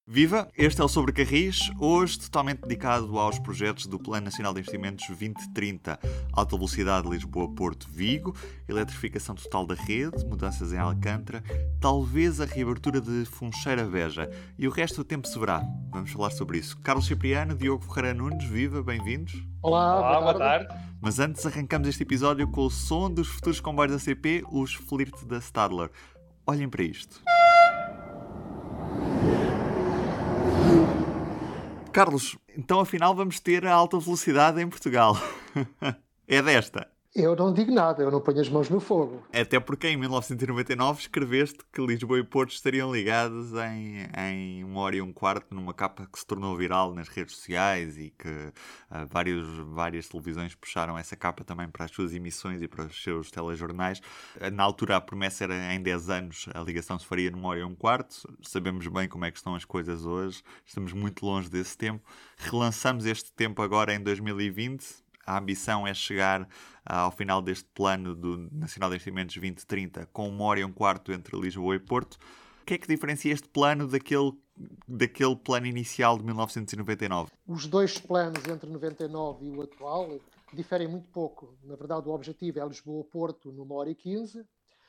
Viva! Este é o Sobre Carris, hoje totalmente dedicado aos projetos do Plano Nacional de Investimentos 2030. Alta velocidade Lisboa-Porto-Vigo, eletrificação total da rede, mudanças em Alcântara, talvez a reabertura de Funcheira-Beja. E o resto do tempo se verá. Vamos falar sobre isso. Carlos Cipriano, Diogo Ferreira Nunes, viva, bem-vindos. Olá, boa tarde. Mas antes arrancamos este episódio com o som dos futuros comboios da CP, os Flirt da Stadler. Olhem para isto. Carlos, então afinal vamos ter a alta velocidade em Portugal. É desta. Eu não digo nada, eu não ponho as mãos no fogo. Até porque em 1999 escreveste que Lisboa e Porto estariam ligados em 1h15 numa capa que se tornou viral nas redes sociais e que várias televisões puxaram essa capa também para as suas emissões e para os seus telejornais. Na altura a promessa era em 10 anos a ligação se faria numa 1h15. Sabemos bem como é que estão as coisas hoje, estamos muito longe desse tempo. Relançamos este tempo agora em 2020. A ambição é chegar ao final deste plano do Nacional de Investimentos 2030 com 1h15 entre Lisboa e Porto. O que é que diferencia este plano daquele plano inicial de 1999? Os dois planos entre 99 e o atual diferem muito pouco. Na verdade, o objetivo é Lisboa-Porto numa 1h15.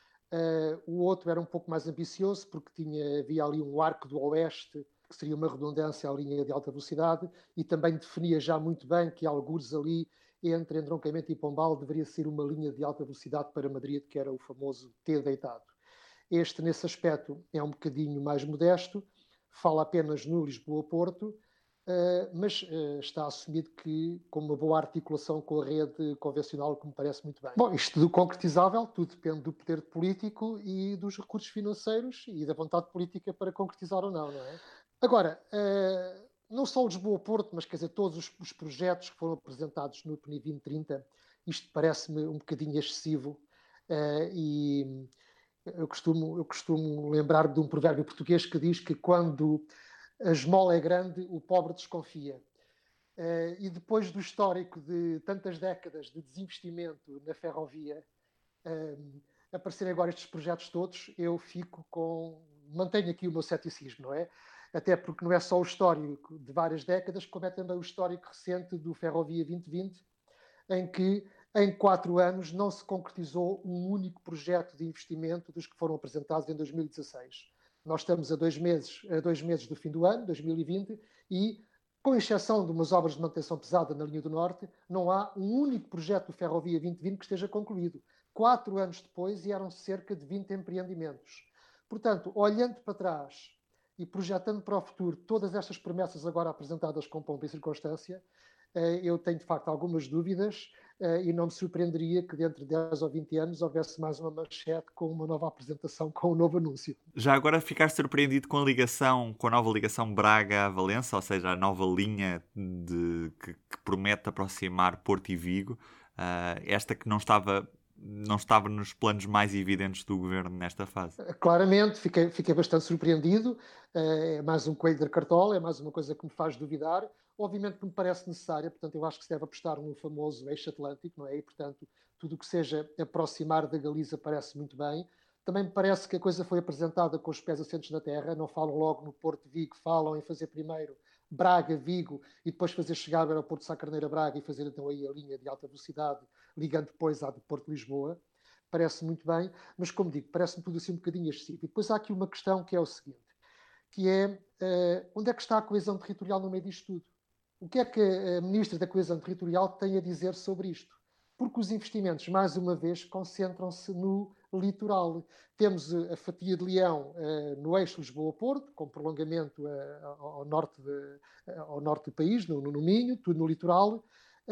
O outro era um pouco mais ambicioso porque havia ali um arco do oeste que seria uma redundância à linha de alta velocidade e também definia já muito bem que algures ali entre Entroncamento e Pombal deveria ser uma linha de alta velocidade para Madrid, que era o famoso T deitado. Este, nesse aspecto, é um bocadinho mais modesto, fala apenas no Lisboa-Porto, mas está assumido que com uma boa articulação com a rede convencional, que me parece muito bem. Bom, isto do concretizável, tudo depende do poder político e dos recursos financeiros e da vontade política para concretizar ou não é? Agora, não só o Lisboa-Porto, mas quer dizer, todos os projetos que foram apresentados no PNI 2030, isto parece-me um bocadinho excessivo e eu costumo lembrar de um provérbio português que diz que quando a esmola é grande, o pobre desconfia. E depois do histórico de tantas décadas de desinvestimento na ferrovia, aparecerem agora estes projetos todos, eu mantenho aqui o meu ceticismo, não é? Até porque não é só o histórico de várias décadas, como é também o histórico recente do Ferrovia 2020, em que em 4 anos não se concretizou um único projeto de investimento dos que foram apresentados em 2016. Nós estamos a 2 meses do fim do ano, 2020, e, com exceção de umas obras de manutenção pesada na linha do Norte, não há um único projeto do Ferrovia 2020 que esteja concluído. 4 anos depois, e eram cerca de 20 empreendimentos. Portanto, olhando para trás e projetando para o futuro todas estas promessas agora apresentadas com pompa e circunstância, eu tenho de facto algumas dúvidas e não me surpreenderia que dentro de 10 ou 20 anos houvesse mais uma manchete com uma nova apresentação, com um novo anúncio. Já agora ficar surpreendido com a nova ligação Braga a Valença, ou seja, a nova linha que promete aproximar Porto e Vigo, esta que não estava nos planos mais evidentes do governo nesta fase. Claramente, fiquei bastante surpreendido. É mais um coelho da cartola, é mais uma coisa que me faz duvidar. Obviamente que me parece necessária, portanto, eu acho que se deve apostar no famoso eixo atlântico, não é? E, portanto, tudo o que seja aproximar da Galiza parece muito bem. Também me parece que a coisa foi apresentada com os pés assentes na terra, não falam logo no Porto de Vigo, falam em fazer primeiro Braga, Vigo, e depois fazer chegar ao aeroporto de Sá Carneiro a Braga e fazer então aí a linha de alta velocidade, ligando depois à de Porto de Lisboa. Parece muito bem, mas como digo, parece-me tudo assim um bocadinho excessivo. E depois há aqui uma questão que é o seguinte, que é onde é que está a coesão territorial no meio disto tudo? O que é que a Ministra da Coesão Territorial tem a dizer sobre isto? Porque os investimentos, mais uma vez, concentram-se no litoral. Temos a fatia de Leão no eixo Lisboa-Porto, com prolongamento ao norte do país, no Minho, tudo no litoral,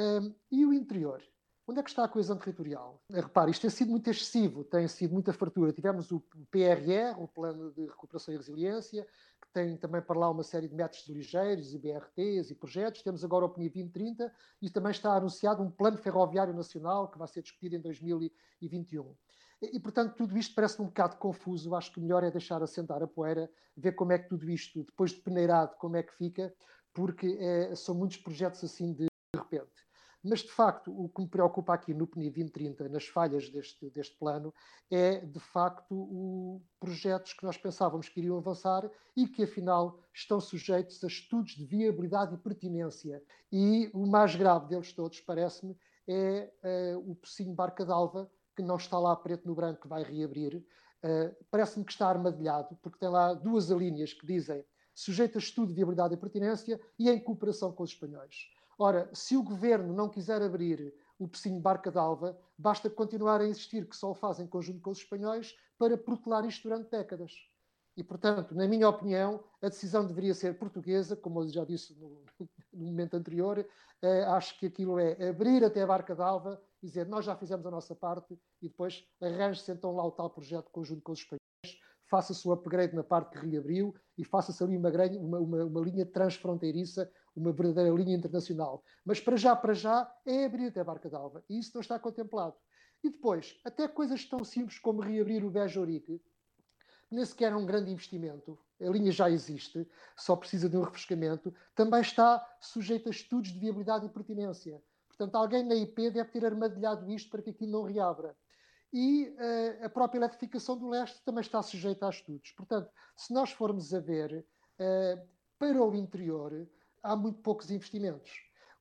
e o interior. Onde é que está a coesão territorial? Repare, isto tem sido muito excessivo, tem sido muita fartura. Tivemos o PRR, o Plano de Recuperação e Resiliência, que tem também para lá uma série de métodos ligeiros, e BRTs e projetos. Temos agora o PNI 2030 e também está anunciado um Plano Ferroviário Nacional que vai ser discutido em 2021. E, portanto, tudo isto parece-me um bocado confuso. Acho que o melhor é deixar assentar a poeira, ver como é que tudo isto, depois de peneirado, como é que fica, porque são muitos projetos assim de repente. Mas, de facto, o que me preocupa aqui no PNI 2030, nas falhas deste plano, é, de facto, projetos que nós pensávamos que iriam avançar e que, afinal, estão sujeitos a estudos de viabilidade e pertinência. E o mais grave deles todos, parece-me, é o Pocinho Barca d'Alva, que não está lá preto no branco, que vai reabrir. Parece-me que está armadilhado, porque tem lá 2 alíneas que dizem sujeito a estudo de viabilidade e pertinência e em cooperação com os espanhóis. Ora, se o governo não quiser abrir o Pocinho Barca d'Alva, basta continuar a insistir que só o faz em conjunto com os espanhóis para protelar isto durante décadas. E, portanto, na minha opinião, a decisão deveria ser portuguesa, como eu já disse no momento anterior. Acho que aquilo é abrir até a Barca d'Alva e dizer nós já fizemos a nossa parte e depois arranje-se então lá o tal projeto conjunto com os espanhóis, faça-se o upgrade na parte que reabriu e faça-se ali uma linha transfronteiriça, uma verdadeira linha internacional. Mas para já é abrir até a Barca d'Alva e isso não está contemplado. E depois, até coisas tão simples como reabrir o Beja-Ourique, nem sequer é um grande investimento, a linha já existe, só precisa de um refrescamento, também está sujeito a estudos de viabilidade e pertinência. Portanto, alguém na IP deve ter armadilhado isto para que aquilo não reabra. E a própria eletrificação do leste também está sujeita a estudos. Portanto, se nós formos a ver, para o interior, há muito poucos investimentos.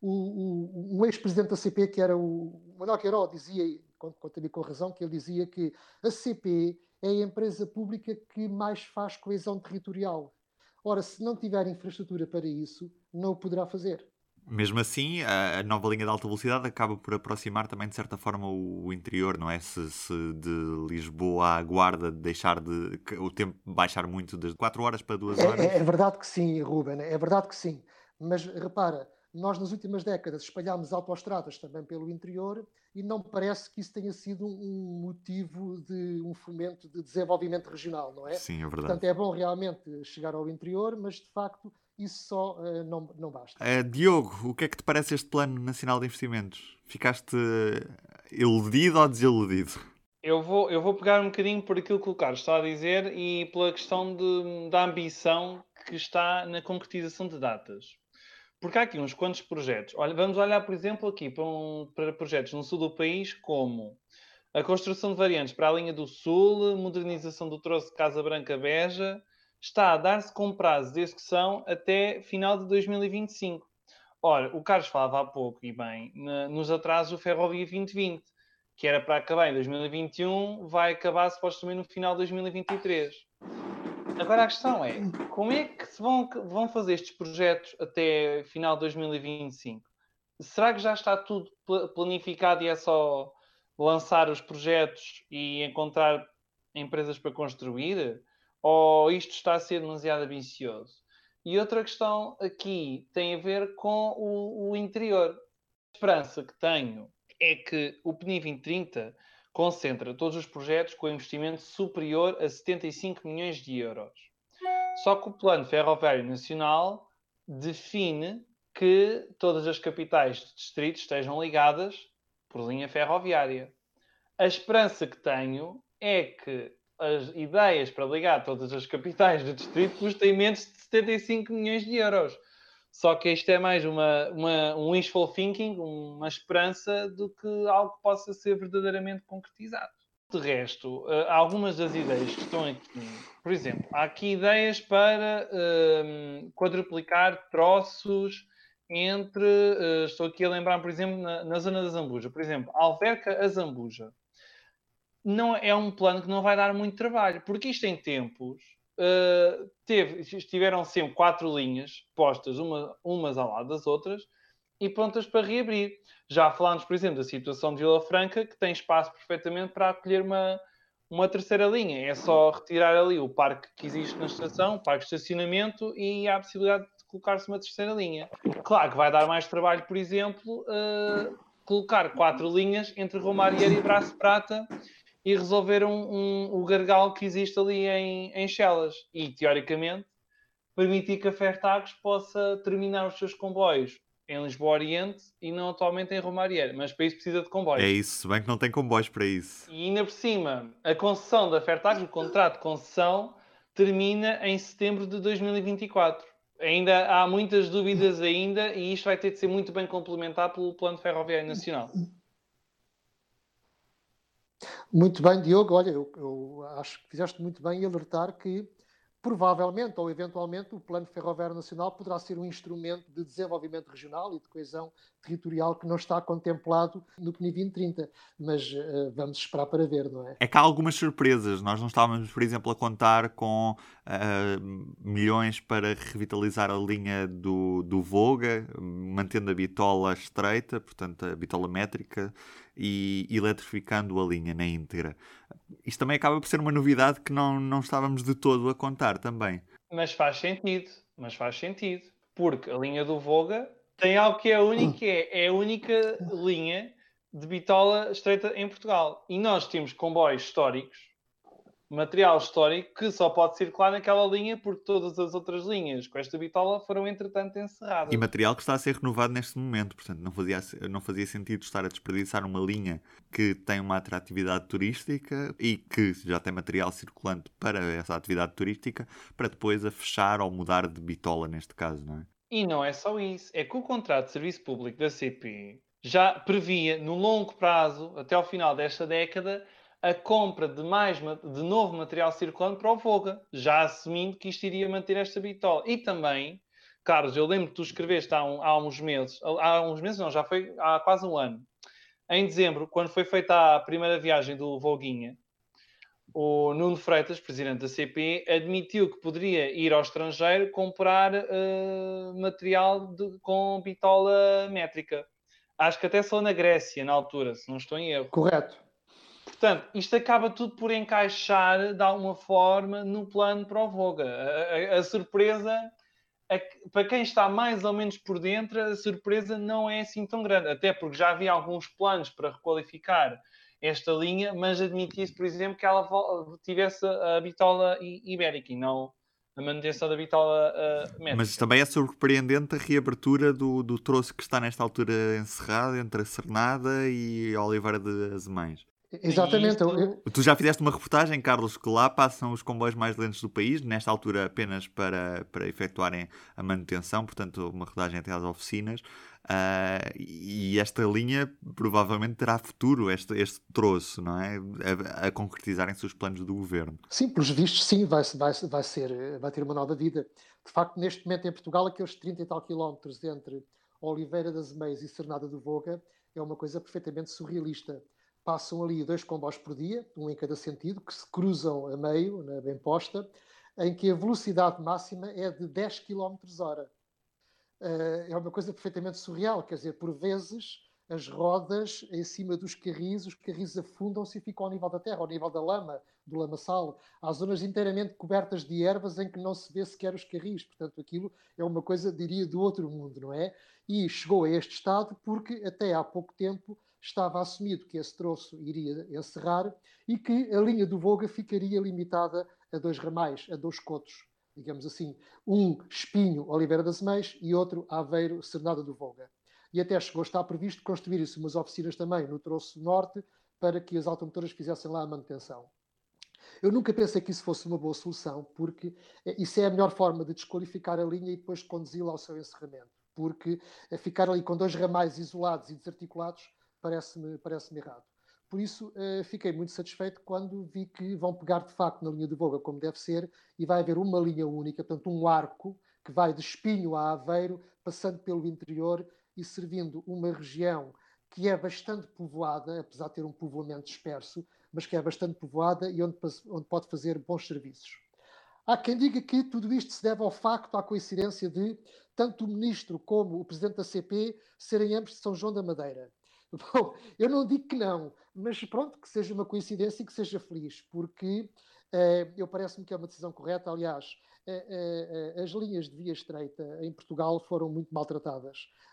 Um ex-presidente da CP, que era o Manuel Queiroz, dizia, com razão, que ele dizia que a CP é a empresa pública que mais faz coesão territorial. Ora, se não tiver infraestrutura para isso, não o poderá fazer. Mesmo assim, a nova linha de alta velocidade acaba por aproximar também, de certa forma, o interior, não é? Se de Lisboa à Guarda deixar o tempo baixar muito das 4 horas para 2 horas. É verdade que sim, Ruben, é verdade que sim. Mas repara, nós nas últimas décadas espalhámos autoestradas também pelo interior e não parece que isso tenha sido um motivo de um fomento de desenvolvimento regional, não é? Sim, é verdade. Portanto, é bom realmente chegar ao interior, mas de facto isso só não basta. Diogo, o que é que te parece este Plano Nacional de Investimentos? Ficaste iludido ou desiludido? Eu vou pegar um bocadinho por aquilo que o Carlos está a dizer e pela questão da ambição que está na concretização de datas. Porque há aqui uns quantos projetos. Olha, vamos olhar, por exemplo, aqui para projetos no sul do país, como a construção de variantes para a linha do Sul, modernização do troço de Casa Branca-Beja, está a dar-se com prazo de execução até final de 2025. Ora, o Carlos falava há pouco, e bem, nos atrasos do Ferrovia 2020, que era para acabar em 2021, vai acabar supostamente no final de 2023. Agora a questão é, como é que se vão fazer estes projetos até final de 2025? Será que já está tudo planificado e é só lançar os projetos e encontrar empresas para construir? Ou isto está a ser demasiado ambicioso? E outra questão aqui tem a ver com o interior. A esperança que tenho é que o PNI 2030 concentra todos os projetos com investimento superior a 75 milhões de euros. Só que o Plano Ferroviário Nacional define que todas as capitais de distrito estejam ligadas por linha ferroviária. A esperança que tenho é que as ideias para ligar todas as capitais de distrito custem menos de 75 milhões de euros. Só que isto é mais um wishful thinking, uma esperança, do que algo que possa ser verdadeiramente concretizado. De resto, algumas das ideias que estão aqui, por exemplo, há aqui ideias para quadruplicar troços entre, estou aqui a lembrar, por exemplo, na zona da Zambuja, por exemplo, Alverca a Zambuja. Não é um plano que não vai dar muito trabalho, porque isto em tempos estiveram sempre 4 linhas postas umas ao lado das outras e prontas para reabrir. Já falámos, por exemplo, da situação de Vila Franca, que tem espaço perfeitamente para acolher uma terceira linha. É só retirar ali o parque que existe na estação, o parque de estacionamento, e há a possibilidade de colocar-se uma terceira linha. Claro que vai dar mais trabalho, por exemplo, colocar 4 linhas entre Romaria e Braço Prata e resolver o gargalo que existe ali em Chelas. E, teoricamente, permitir que a Fertagos possa terminar os seus comboios em Lisboa Oriente e não atualmente em Romaria. Mas para isso precisa de comboios. É isso, se bem que não tem comboios para isso. E ainda por cima, a concessão da Fertagos, o contrato de concessão, termina em setembro de 2024. Ainda há muitas dúvidas ainda e isto vai ter de ser muito bem complementado pelo Plano Ferroviário Nacional. Muito bem, Diogo. Olha, eu acho que fizeste muito bem em alertar que provavelmente ou eventualmente o Plano Ferroviário Nacional poderá ser um instrumento de desenvolvimento regional e de coesão territorial que não está contemplado no PNI 2030, mas vamos esperar para ver, não é? É que há algumas surpresas. Nós não estávamos, por exemplo, a contar com milhões para revitalizar a linha do Voga, mantendo a bitola estreita, portanto a bitola métrica, e eletrificando a linha na íntegra. Isto também acaba por ser uma novidade que não estávamos de todo a contar também. Mas faz sentido, porque a linha do Voga tem algo que é único, que é a única linha de bitola estreita em Portugal. E nós temos comboios históricos, material histórico, que só pode circular naquela linha porque todas as outras linhas com esta bitola foram, entretanto, encerradas. E material que está a ser renovado neste momento, portanto não fazia sentido estar a desperdiçar uma linha que tem uma atratividade turística e que já tem material circulante para essa atividade turística, para depois a fechar ou mudar de bitola neste caso, não é? E não é só isso, é que o contrato de serviço público da CP já previa, no longo prazo, até ao final desta década, a compra de novo material circulante para o Voga, já assumindo que isto iria manter esta bitola. E também, Carlos, eu lembro que tu escreveste há uns meses não, já foi há quase um ano, em dezembro, quando foi feita a primeira viagem do Voguinha, o Nuno Freitas, presidente da CP, admitiu que poderia ir ao estrangeiro comprar material com bitola métrica. Acho que até só na Grécia, na altura, se não estou em erro. Correto. Portanto, isto acaba tudo por encaixar, de alguma forma, no plano para o Voga. A surpresa, para quem está mais ou menos por dentro, a surpresa não é assim tão grande. Até porque já havia alguns planos para requalificar esta linha, mas admitia-se, por exemplo, que ela tivesse a bitola ibérica e não a manutenção da bitola métrica. Mas também é surpreendente a reabertura do troço que está nesta altura encerrado entre a Cernada e a Oliveira de Azemais. Exatamente. Tu já fizeste uma reportagem, Carlos, que lá passam os comboios mais lentos do país, nesta altura apenas para efetuarem a manutenção, portanto uma rodagem até às oficinas, e esta linha provavelmente terá futuro, este troço, não é? A concretizarem-se os planos do governo. Sim, pelos vistos, sim, vai ter uma nova vida. De facto, neste momento em Portugal, aqueles 30 e tal quilómetros entre Oliveira das Meias e Cernada do Voga é uma coisa perfeitamente surrealista. Passam ali 2 comboios por dia, um em cada sentido, que se cruzam a meio, na bem posta, em que a velocidade máxima é de 10 km hora. É uma coisa perfeitamente surreal, quer dizer, por vezes as rodas em cima dos carris, os carris afundam-se e ficam ao nível da terra, ao nível da lama, do lamaçal. Há zonas inteiramente cobertas de ervas em que não se vê sequer os carris. Portanto, aquilo é uma coisa, diria, do outro mundo, não é? E chegou a este estado porque até há pouco tempo estava assumido que esse troço iria encerrar e que a linha do Voga ficaria limitada a 2 ramais, a 2 cotos, digamos assim. Um Espinho, Oliveira das Meias, e outro Aveiro, Cernada do Voga. E até está previsto construir-se umas oficinas também no troço norte para que as automotoras fizessem lá a manutenção. Eu nunca pensei que isso fosse uma boa solução, porque isso é a melhor forma de desqualificar a linha e depois conduzi-la ao seu encerramento. Porque ficar ali com 2 ramais isolados e desarticulados parece-me errado. Por isso, fiquei muito satisfeito quando vi que vão pegar de facto na linha do Voga como deve ser e vai haver uma linha única, portanto um arco que vai de Espinho a Aveiro, passando pelo interior e servindo uma região que é bastante povoada, apesar de ter um povoamento disperso, mas que é bastante povoada e onde pode fazer bons serviços. Há quem diga que tudo isto se deve ao facto, à coincidência de tanto o ministro como o presidente da CP serem ambos de São João da Madeira. Bom, eu não digo que não, mas pronto, que seja uma coincidência e que seja feliz, porque eu parece-me que é uma decisão correta. Aliás, as linhas de via estreita em Portugal foram muito maltratadas.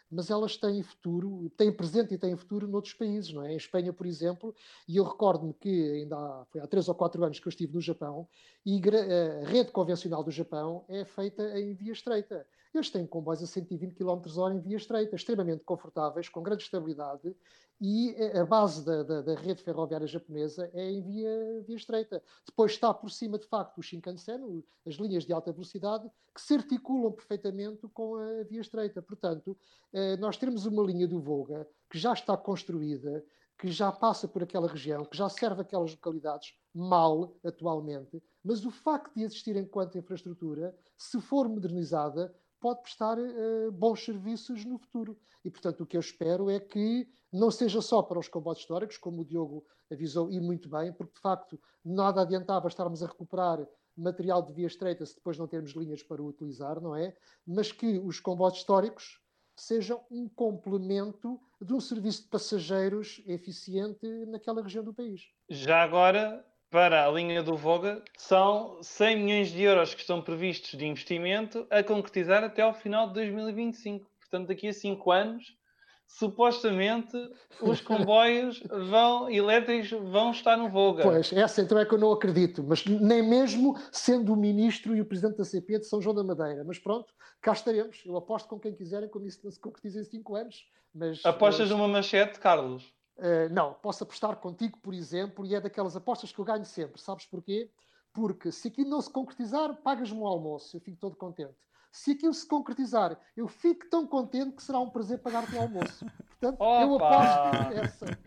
mas elas têm futuro, têm presente e têm futuro noutros países, não é? Em Espanha, por exemplo, e eu recordo-me que foi há 3 ou 4 anos que eu estive no Japão, e a rede convencional do Japão é feita em via estreita. Eles têm comboios a 120 km/h em via estreita, extremamente confortáveis, com grande estabilidade, e a base da rede ferroviária japonesa é em via estreita. Depois está por cima, de facto, o Shinkansen, as linhas de alta velocidade, que se articulam perfeitamente com a via estreita. Portanto, nós temos uma linha do Volga que já está construída, que já passa por aquela região, que já serve aquelas localidades mal atualmente, mas o facto de existir enquanto infraestrutura, se for modernizada, pode prestar bons serviços no futuro. E, portanto, o que eu espero é que não seja só para os comboios históricos, como o Diogo avisou, e muito bem, porque, de facto, nada adiantava estarmos a recuperar material de via estreita se depois não termos linhas para o utilizar, não é? Mas que os comboios históricos sejam um complemento de um serviço de passageiros eficiente naquela região do país. Já agora, para a linha do Voga, são 100 milhões de euros que estão previstos de investimento a concretizar até ao final de 2025. Portanto, daqui a 5 anos, supostamente, os comboios elétricos vão estar no Voga. Pois, essa então é que eu não acredito, mas nem mesmo sendo o ministro e o presidente da CP de São João da Madeira. Mas pronto, cá estaremos. Eu aposto com quem quiserem, como isso não se concretiza em 5 anos. Apostas numa manchete, Carlos? Não, posso apostar contigo, por exemplo, e é daquelas apostas que eu ganho sempre. Sabes porquê? Porque se aquilo não se concretizar, pagas-me um almoço. Eu fico todo contente. Se aquilo se concretizar, eu fico tão contente que será um prazer pagar-te um almoço. Portanto, eu aposto nessa.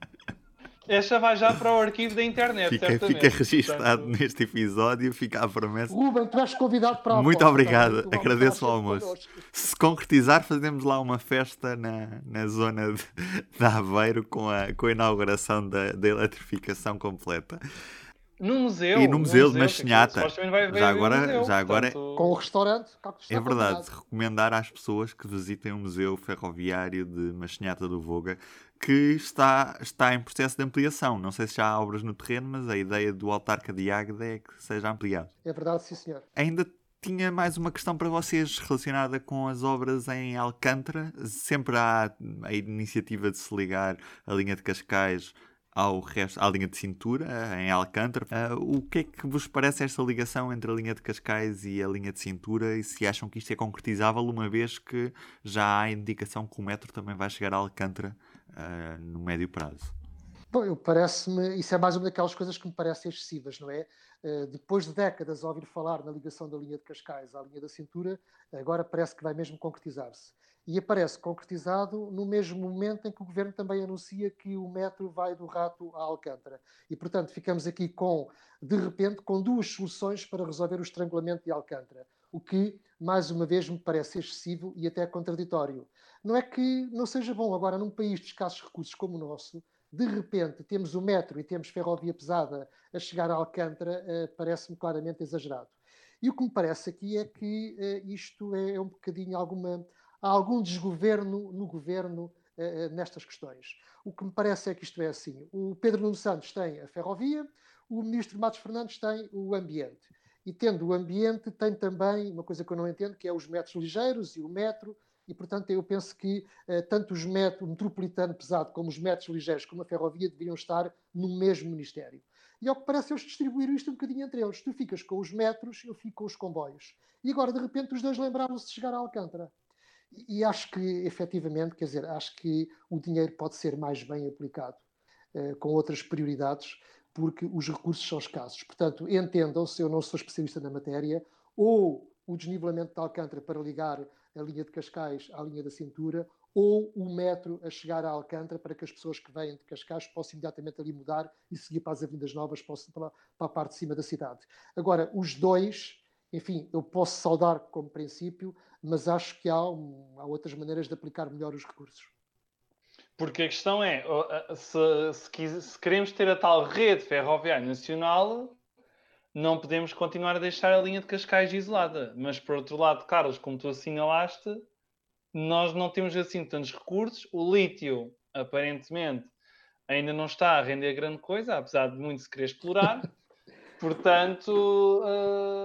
Esta vai já para o arquivo da internet, fica registado neste episódio, fica a promessa. Ruben, tu és convidado para a Muito aposta, obrigado, tá? agradeço o almoço. Se concretizar, fazemos lá uma festa na zona de Aveiro com a inauguração da eletrificação completa. No museu. E no museu de Machinhata. Já agora com o restaurante. É verdade, recomendar às pessoas que visitem o Museu Ferroviário de Machinhata do Voga, que está em processo de ampliação. Não sei se já há obras no terreno, mas a ideia do Autarca de Águeda é que seja ampliado. É verdade, sim senhor. Ainda tinha mais uma questão para vocês relacionada com as obras em Alcântara. Sempre há a iniciativa de se ligar a linha de Cascais à linha de cintura, em Alcântara. O que é que vos parece esta ligação entre a linha de Cascais e a linha de cintura, e se acham que isto é concretizável, uma vez que já há indicação que o metro também vai chegar a Alcântara no médio prazo? Bom, parece-me, isso é mais uma daquelas coisas que me parecem excessivas, não é? Depois de décadas a ouvir falar na ligação da linha de Cascais à linha da cintura, agora parece que vai mesmo concretizar-se. E aparece concretizado no mesmo momento em que o Governo também anuncia que o metro vai do Rato a Alcântara. E, portanto, ficamos aqui de repente, com duas soluções para resolver o estrangulamento de Alcântara. O que, mais uma vez, me parece excessivo e até contraditório. Não é que não seja bom agora, num país de escassos recursos como o nosso, de repente temos o metro e temos ferrovia pesada a chegar a Alcântara, parece-me claramente exagerado. E o que me parece aqui é que isto é um bocadinho há algum desgoverno no governo nestas questões. O que me parece é que isto é assim. O Pedro Nuno Santos tem a ferrovia, o ministro Matos Fernandes tem o ambiente. E tendo o ambiente, tem também uma coisa que eu não entendo, que é os metros ligeiros e o metro. E, portanto, eu penso que tanto o metropolitano pesado como os metros ligeiros como a ferrovia deveriam estar no mesmo ministério. E ao que parece, eles distribuíram isto um bocadinho entre eles. Tu ficas com os metros, eu fico com os comboios. E agora, de repente, os dois lembraram-se de chegar a Alcântara. E acho que, efetivamente, acho que o dinheiro pode ser mais bem aplicado com outras prioridades, porque os recursos são escassos. Portanto, entendam-se, eu não sou especialista na matéria, ou o desnivelamento de Alcântara para ligar a linha de Cascais à linha da cintura, ou o metro a chegar a Alcântara para que as pessoas que vêm de Cascais possam imediatamente ali mudar e seguir para as Avenidas Novas, para a parte de cima da cidade. Agora, os dois, enfim, eu posso saudar como princípio, mas acho que há outras maneiras de aplicar melhor os recursos. Porque a questão é, se queremos ter a tal rede ferroviária nacional, não podemos continuar a deixar a linha de Cascais isolada. Mas, por outro lado, Carlos, como tu assinalaste, nós não temos assim tantos recursos. O lítio, aparentemente, ainda não está a render grande coisa, apesar de muito se querer explorar. Portanto,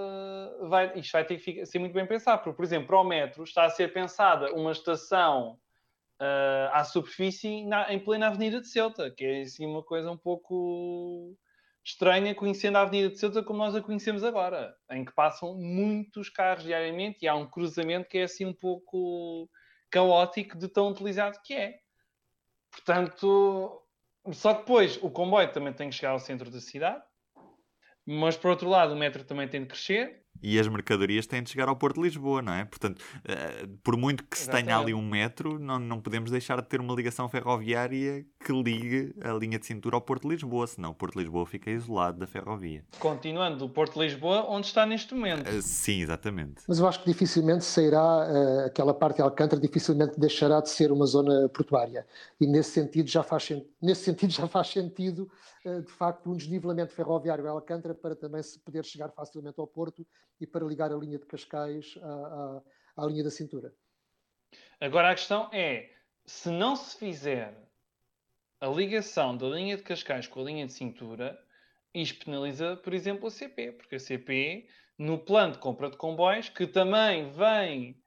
isto vai ter que ser muito bem pensado. Porque, por exemplo, para o metro está a ser pensada uma estação à superfície em plena Avenida de Ceuta, que é assim uma coisa um pouco estranha, conhecendo a Avenida de Ceuta como nós a conhecemos agora, em que passam muitos carros diariamente e há um cruzamento que é assim um pouco caótico de tão utilizado que é. Portanto, só que depois o comboio também tem que chegar ao centro da cidade, mas por outro lado o metro também tem de crescer. E as mercadorias têm de chegar ao Porto de Lisboa, não é? Portanto, por muito que se tenha ali um metro, não podemos deixar de ter uma ligação ferroviária que ligue a linha de cintura ao Porto de Lisboa, senão o Porto de Lisboa fica isolado da ferrovia. Continuando do Porto de Lisboa, onde está neste momento. Sim, exatamente. Mas eu acho que dificilmente sairá, aquela parte de Alcântara dificilmente deixará de ser uma zona portuária. E nesse sentido já faz sentido, de facto, um desnivelamento ferroviário a Alcântara para também se poder chegar facilmente ao Porto e para ligar a linha de Cascais à linha da cintura. Agora a questão é, se não se fizer a ligação da linha de Cascais com a linha de cintura, isto penaliza, por exemplo, a CP, porque a CP, no plano de compra de comboios, que também vem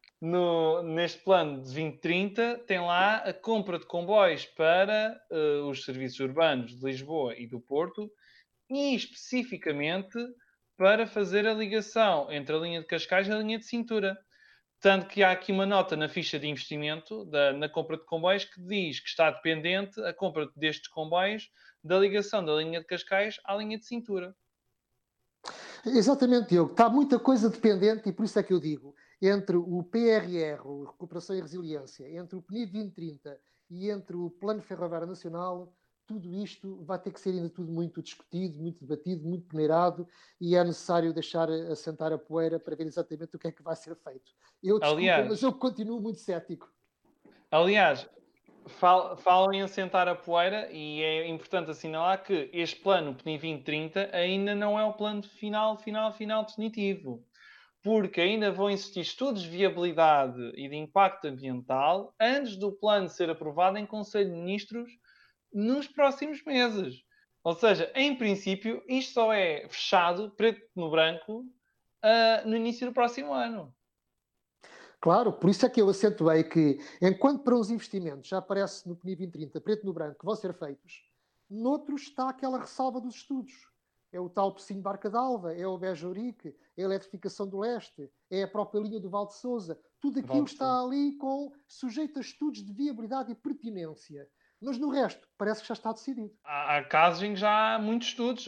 neste plano de 2030, tem lá a compra de comboios para os serviços urbanos de Lisboa e do Porto, e especificamente para fazer a ligação entre a linha de Cascais e a linha de cintura. Tanto que há aqui uma nota na ficha de investimento, na compra de comboios, que diz que está dependente a compra destes comboios da ligação da linha de Cascais à linha de cintura. Exatamente, Diogo. Está muita coisa dependente e por isso é que eu digo, entre o PRR, o Recuperação e Resiliência, entre o PNI 2030 e entre o Plano Ferroviário Nacional, tudo isto vai ter que ser ainda tudo muito discutido, muito debatido, muito peneirado e é necessário deixar assentar a poeira para ver exatamente o que é que vai ser feito. Mas eu continuo muito cético. Aliás, falam em assentar a poeira e é importante assinalar que este plano, o PNI 2030, ainda não é o plano final definitivo. Porque ainda vão existir estudos de viabilidade e de impacto ambiental antes do plano ser aprovado em Conselho de Ministros nos próximos meses. Ou seja, em princípio, isto só é fechado, preto no branco, no início do próximo ano. Claro, por isso é que eu acentuei que, enquanto para uns investimentos já aparece no PNI 2030, preto no branco, que vão ser feitos, noutros está aquela ressalva dos estudos. É o tal Pocinho Barca d'Alva, é o Beja-Urique, é a eletrificação do leste, é a própria linha do Val de Sousa. Tudo aquilo está ali sujeito a estudos de viabilidade e pertinência. Mas no resto, parece que já está decidido. Há casos em que já há muitos estudos.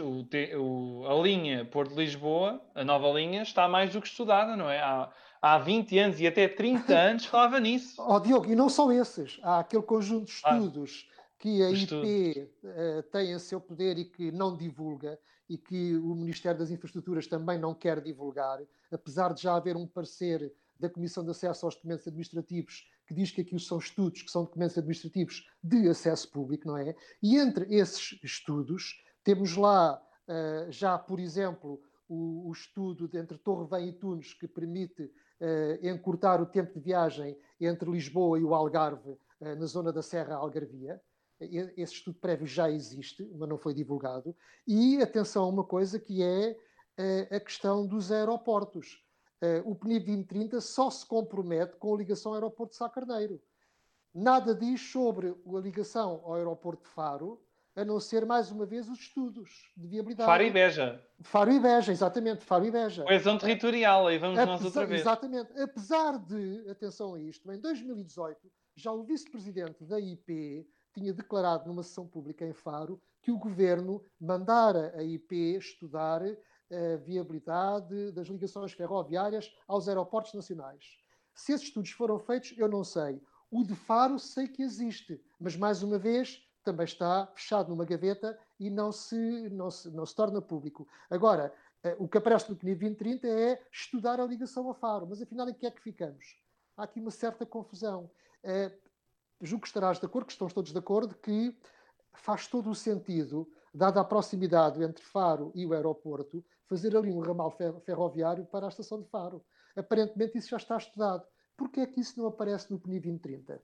A linha Porto de Lisboa, a nova linha, está mais do que estudada, não é? Há 20 anos e até 30 anos falava nisso. Diogo, e não só esses. Há aquele conjunto de estudos que a IP tem a seu poder e que não divulga e que o Ministério das Infraestruturas também não quer divulgar, apesar de já haver um parecer da Comissão de Acesso aos Documentos Administrativos que diz que aquilo são estudos que são documentos administrativos de acesso público, não é? E entre esses estudos temos lá já, por exemplo, o estudo entre Torrevém e Tunes que permite encurtar o tempo de viagem entre Lisboa e o Algarve na zona da Serra Algarvia. Esse estudo prévio já existe, mas não foi divulgado. E atenção a uma coisa que é a questão dos aeroportos. O PNI 2030 só se compromete com a ligação ao aeroporto de Sá Carneiro. Nada diz sobre a ligação ao aeroporto de Faro, a não ser, mais uma vez, os estudos de viabilidade. Faro e Beja. Faro e Beja, exatamente, Faro e Beja. Coesão territorial, aí vamos nós outra vez. Exatamente. Apesar de, atenção a isto, em 2018, já o vice-presidente da IP tinha declarado numa sessão pública em Faro que o governo mandara a IP estudar a viabilidade das ligações ferroviárias aos aeroportos nacionais. Se esses estudos foram feitos, eu não sei. O de Faro sei que existe, mas mais uma vez também está fechado numa gaveta e não se torna público. Agora, o que aparece no PNI 2030 é estudar a ligação a Faro, mas afinal em que é que ficamos? Há aqui uma certa confusão. Julgo que estarás de acordo, que estamos todos de acordo, que faz todo o sentido, dada a proximidade entre Faro e o aeroporto, fazer ali um ramal ferroviário para a estação de Faro. Aparentemente isso já está estudado. Porquê é que isso não aparece no PNI 2030?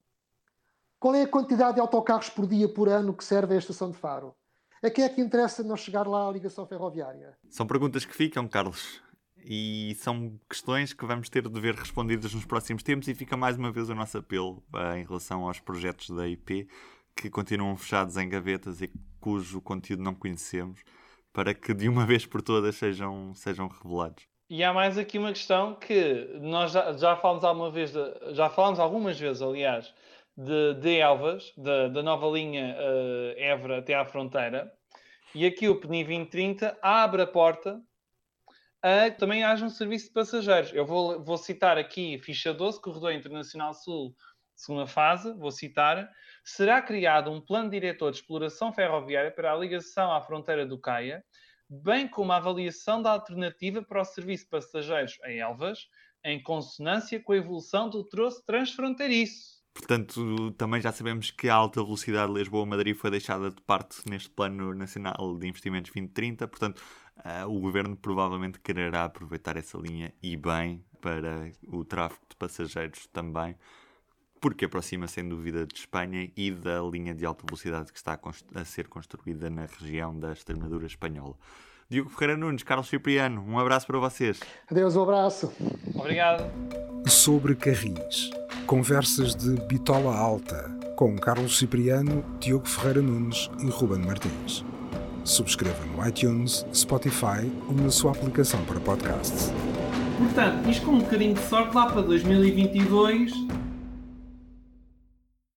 Qual é a quantidade de autocarros por dia, por ano, que serve a estação de Faro? A quem é que interessa não chegar lá à ligação ferroviária? São perguntas que ficam, Carlos. e são questões que vamos ter de ver respondidas nos próximos tempos, e fica mais uma vez o nosso apelo em relação aos projetos da IP que continuam fechados em gavetas e cujo conteúdo não conhecemos, para que de uma vez por todas sejam revelados. E há mais aqui uma questão que nós já falámos algumas vezes, aliás, de Elvas, da nova linha Évora até à fronteira, e aqui o PNI 2030 abre a porta a que também haja um serviço de passageiros. Eu vou citar aqui ficha 12, Corredor Internacional Sul, segunda fase, vou citar. Será criado um plano diretor de exploração ferroviária para a ligação à fronteira do Caia, bem como a avaliação da alternativa para o serviço de passageiros em Elvas, em consonância com a evolução do troço transfronteiriço. Portanto, também já sabemos que a alta velocidade Lisboa-Madrid foi deixada de parte neste Plano Nacional de Investimentos 2030, portanto, o Governo provavelmente quererá aproveitar essa linha e bem para o tráfego de passageiros também, porque aproxima sem dúvida de Espanha e da linha de alta velocidade que está a ser construída na região da Extremadura espanhola. Diogo Ferreira Nunes, Carlos Cipriano, um abraço para vocês. Adeus, um abraço. Obrigado. Sobre Carris. Conversas de Bitola Alta, com Carlos Cipriano, Diogo Ferreira Nunes e Ruben Martins. Subscreva no iTunes, Spotify ou na sua aplicação para podcasts. Portanto, isto com um bocadinho de sorte, lá para 2022